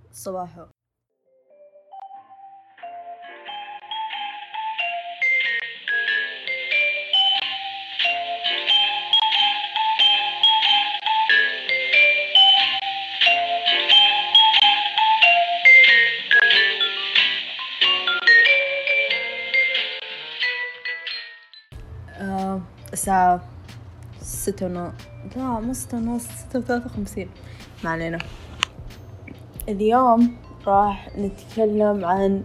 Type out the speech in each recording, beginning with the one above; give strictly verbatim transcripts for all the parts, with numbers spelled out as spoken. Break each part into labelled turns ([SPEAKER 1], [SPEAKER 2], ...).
[SPEAKER 1] صباحو. آه الساعة ستة ونص، لا مو ستة ونص، ستة وثلاثة وخمسين، ما علينا. اليوم راح نتكلم عن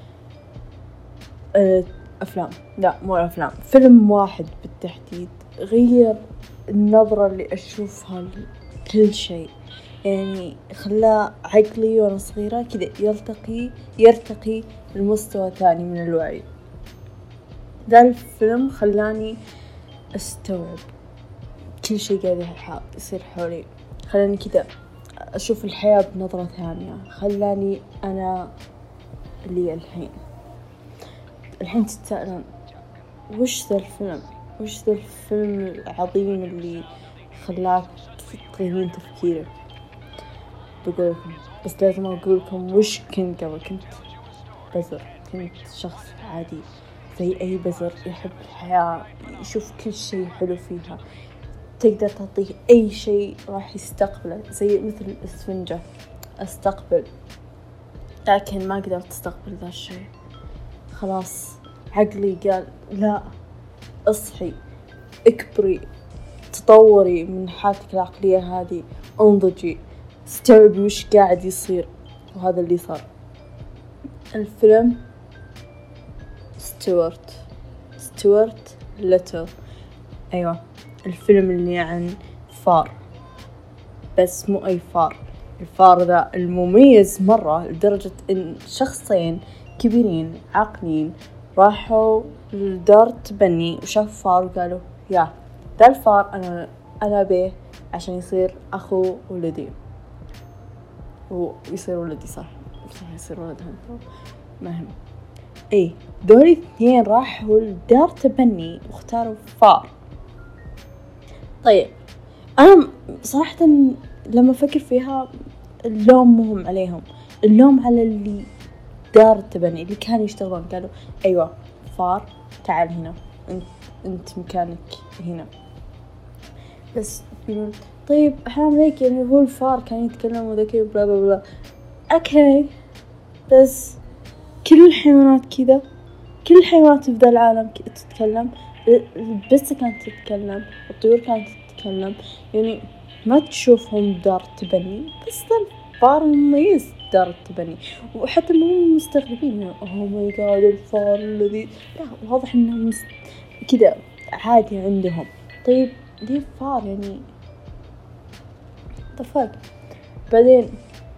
[SPEAKER 1] أفلام، لا مو أفلام، فيلم واحد بالتحديد غير النظرة اللي أشوفها لكل شيء، يعني خلى عقلي وأنا صغيرة كذا يلتقي يرتقي لمستوى ثاني من الوعي. ذا الفيلم خلاني أستوعب كل شيء قاعد يصير حولي، خلاني كذا أشوف الحياة بنظرة ثانية، خلاني أنا اللي الحين الحين تتساءلون وش ذا الفيلم وش ذا الفيلم العظيم اللي خلاك تغيرين تفكيرك. بقولكم بس لازم أقولكم وش كنت قبل. كنت بزر، كنت شخص عادي زي أي بزر، يحب الحياة، يشوف كل شيء حلو فيها، تقدر تعطيه أي شيء راح يستقبله، زي مثل الإسفنجة أستقبل، لكن ما قدرت أستقبل ذا الشيء. خلاص عقلي قال لا، اصحي، اكبري، تطوري من حالتك العقلية هذه، انضجي، استوعبي وش قاعد يصير. وهذا اللي صار. الفيلم ستوارت ستوارت ليتل، أيوة الفيلم اللي عن فار، بس مو أي فار، الفار ذا المميز مرة لدرجة إن شخصين كبيرين عاقلين راحوا لدار تبني وشافوا فار وقالوا يا ذا الفار أنا أنا به عشان يصير أخو ولدي، ويصير ولدي صح صح يصير ولدهم مهم. اي دول اثنين راحوا لدار تبني واختاروا فار. طيب انا صراحة لما افكر فيها اللوم مهم عليهم، اللوم على اللي دار التبني اللي كانوا يشتغلون، قالوا ايوه فار تعال هنا، انت انت مكانك هنا. بس يقولون طيب حرام عليك، يعني هو الفار كان يتكلم وذكي بلا بلا بلا. اوكي بس كل الحيوانات كذا، كل الحيوانات في ذا العالم تتكلم، البسة كانت تتكلم، الطيور كانت تتكلم، يعني ما تشوفهم دار تبني، بس ذا الفار مميز دار التبني. وحتى مو مستغربين اوه ماي جاد الفار الذي، لا واضح انهم كذا عادي عندهم. طيب ليه فار يعني طفق. بعدين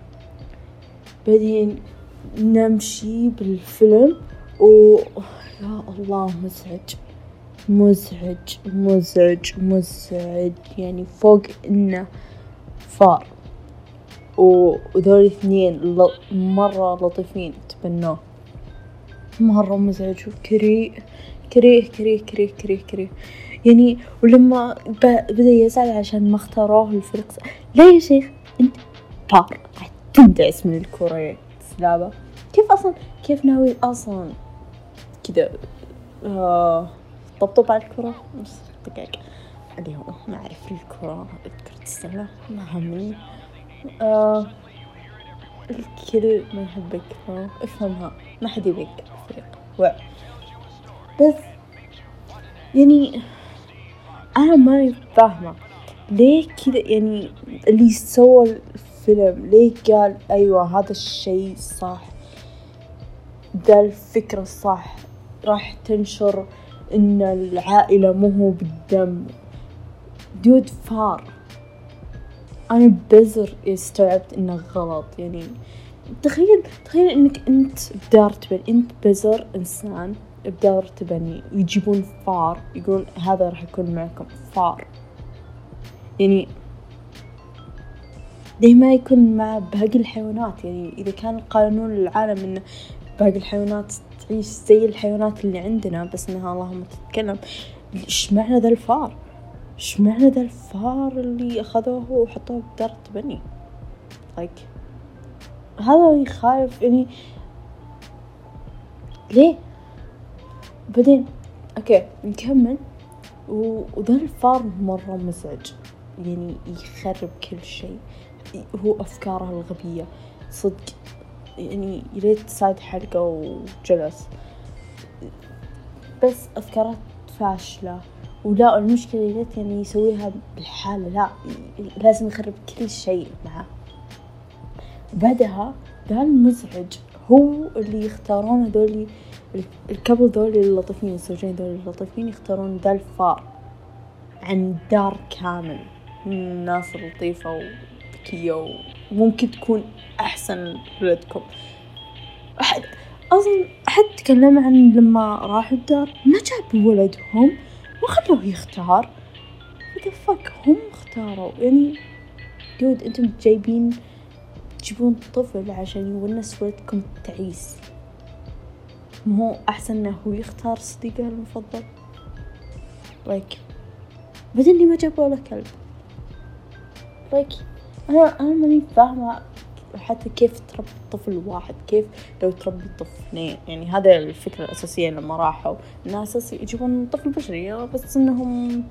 [SPEAKER 1] بعدين نمشي بالفيلم و يا الله مزعج مزعج مزعج مزعج يعني فوق إنه فار. وذول اثنين مرة لطيفين تبنوه، مرة مزعج وكريه كريه كريه كريه كريه كريه يعني. ولما بدأ يزعل عشان ما اختاروه الفريق، لا يا شيخ انت فار تندعس من الكرة سلابة. كيف أصلا كيف ناوي أصلا كذا آه طبطب على الكرة بس دقيقة اليوم ما أعرف الكرة كرة السلة ما همني. آه الكل ما يحبك افهمها، ما حد يبيك الفريق وع. بس يعني أنا ما فاهمة ليه كذا، يعني اللي سوى الفيلم ليه قال أيوة هذا الشيء صح، ذا الفكرة صح، راح تنشر إن العائلة مو بالدم. دود فار، أنا بزر استوعبت إنه غلط. يعني تخيل تخيل إنك أنت بدار تبني، أنت بزر إنسان بدار تبني ويجيبون فار يقولون هذا راح يكون معكم فار. يعني ليه ما يكون مع باقي الحيوانات؟ يعني إذا كان قانون العالم إن باقي الحيوانات تعيش زي الحيوانات اللي عندنا بس إنها اللهم تتكلم، إيش معنى ذا الفار؟ إيش معنى ذا الفار اللي أخذوه وحطوه بدار التبني؟ like هذا يخالف يعني ليه؟ بعدين اوكي نكمل. وذا الفار مرة مزعج، يعني يخرب كل شيء، هو أفكاره الغبية صدق، يعني يريد سايد حلقة وجلس، بس أفكاره فاشلة. ولا المشكلة يريد يعني يسويها بالحالة، لا لازم يخرب كل شيء معه. بعدها ذا المزعج هو اللي يختارون هذولي الكابل، ذولي اللطيفين، الزوجين ذولي اللطيفين يختارون ذا الفار عن دار كامل من الناس اللطيفة وذكية وممكن تكون أحسن ولدكم. أحد أصلا أحد تكلم عن لما راحوا الدار ما جابوا ولدهم وخلوه يختار. what the fuck، هم اختاروا يعني دود، أنتم جايبين تجيبون طفل عشان يونس ولدكم تعيس، مو أحسن إنه هو يختار صديقه المفضل؟ like بعدين لي ما جابوا له كلب. like أنا أنا ماني فاهمة حتى كيف تربي طفل واحد، كيف لو تربي طفلين. يعني هذا الفكرة الأساسية لما راحوا الناس يجيبون طفل بشري، بس إنهم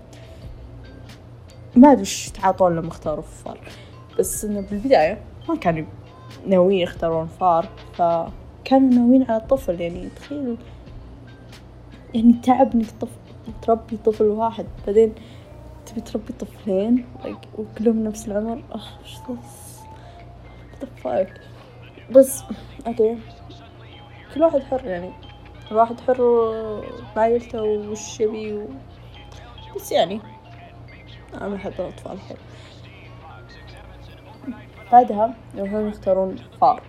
[SPEAKER 1] ما أدري إيش تعاطون لما اختاروا فار، بس إنه بالبداية ما كانوا ناويين يختارون فار، فكانوا ناويين على الطفل. يعني تخيل يعني تعب إنك طفل تربي طفل واحد، بعدين تبي تربي طفلين like وكلهم نفس العمر. أخ إيش ذا بس أوكي، كل واحد حر، يعني الواحد حر بعائلته وش يبي و... بس يعني أنا ما أحب الأطفال حر. بعدها يروحون يختارون فار.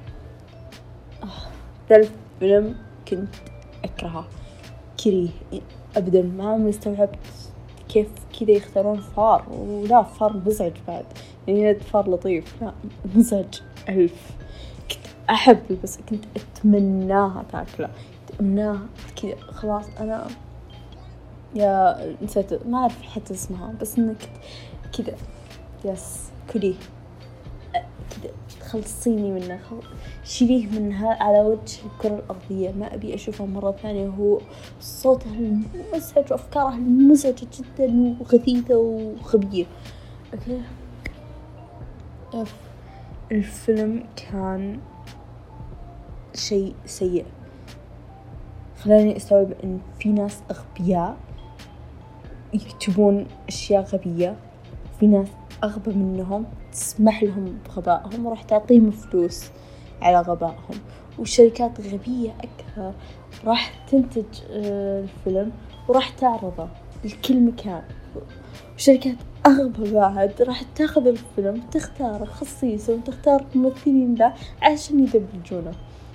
[SPEAKER 1] ذا الفيلم كنت أكرهه، كريه أبدا، ما مستوعبت كيف كذا يختارون فار. ولا فار مزعج بعد، يعني فار لطيف، لا مزعج ألف. كنت أحب بس كنت أتمناها تاكله، أتمناها كذا. خلاص أنا يا نسيت ما أعرف حتى اسمها، بس إنك كذا يس كليه كذا، خلصيني منه، شيليه منها على وجه الكرة الأرضية، ما أبي أشوفه مرة ثانية. هو صوته المزعج وأفكاره المزعجة جدا وغثيثة وغبية. أوكي أف الفيلم كان شيء سيء، خلاني أستوعب إن في ناس أغبياء يكتبون أشياء غبية، في ناس أغبى منهم تسمح لهم بغبائهم وراح تعطيهم فلوس على غبائهم، والشركات غبية أكثر راح تنتج الفيلم وراح تعرضه بكل مكان، وشركات أغبى بعد راح تاخذ الفيلم تختار خصيصه وتختار ممثلين له عشان يدبلجونه.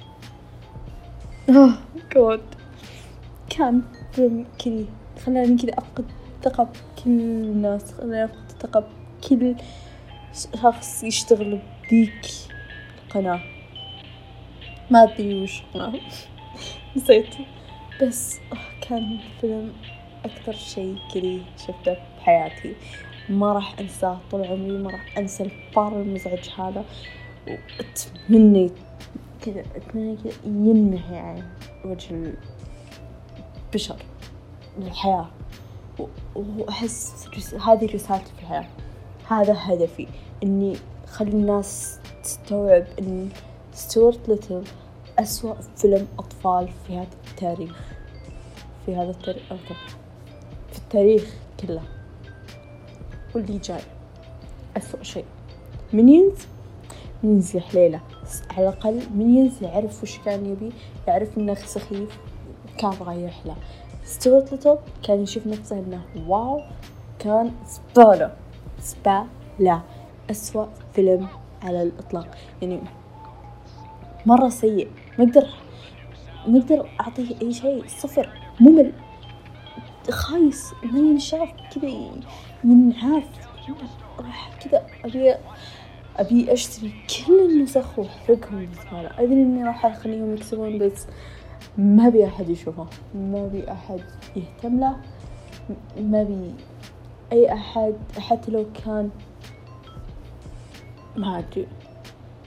[SPEAKER 1] آه جود، كان فيلم كذي خلاني كذا أفقد ثقة بكل الناس، خلاني أفقد ثقة بكل شخص يشتغل بديك القناة، ما أدري وش قناة نسيت، بس كان فيلم أكثر شيء كريه شفته بحياتي، ما راح أنساه طول عمري، ما راح أنسى الفار المزعج هذا. وأتمنى كذا أتمنى كذا ينمحي عن وجه البشر للحياة، وأحس هذه رسالتي في الحياة، هذا هدفي، إني خلي الناس تستوعب إن ستوارت ليتل أسوأ فيلم أطفال في هذا التاريخ، في هذا التاريخ أوكي. في التاريخ كله، واللي جاي أسوأ شيء. مينيونز مينيونز حليلة، على الأقل مينيونز يعرف وش كان يبي، يعرف إنه سخيف كان رايح له. ستوارت ليتل كان يشوف نفسه إنه واو، كان سبالة سبالة أسوأ فيلم على الإطلاق، يعني مرة سيء، ما أقدر ما أقدر أعطيه أي شيء، صفر، ممل، خايس، ما ينشاف كذا، ينعاف. راح كذا أبي أبي أشتري كل النسخ وأحرقهم بالزبالة. أدري إني راح أخليهم يكسبون، بس ما بي أحد يشوفه، ما بي أحد يهتم له، ما بي أي أحد، حتى لو كان ما أدري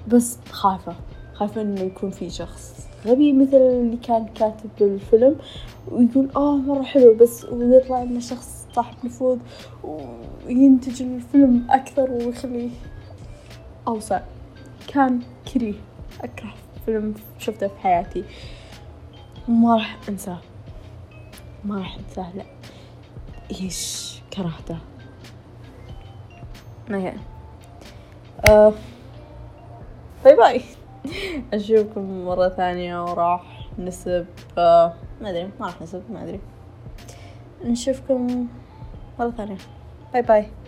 [SPEAKER 1] بس خايفة خايفة إنه يكون في شخص غبي مثل اللي كان كاتب الفيلم ويقول آه مرة حلو، بس ويطلع إنه شخص صاحب نفوذ وينتج الفيلم أكثر ويخليه أوسع. كان كريه، أكره فيلم شفته في حياتي وما راح أنساه، ما راح أنساه، لا إيش كرهته. ما آه باي باي. أشوفكم مرة ثانية وراح نسب آه ما أدري ما راح نسب ما أدري نشوفكم مرة ثانية. باي باي.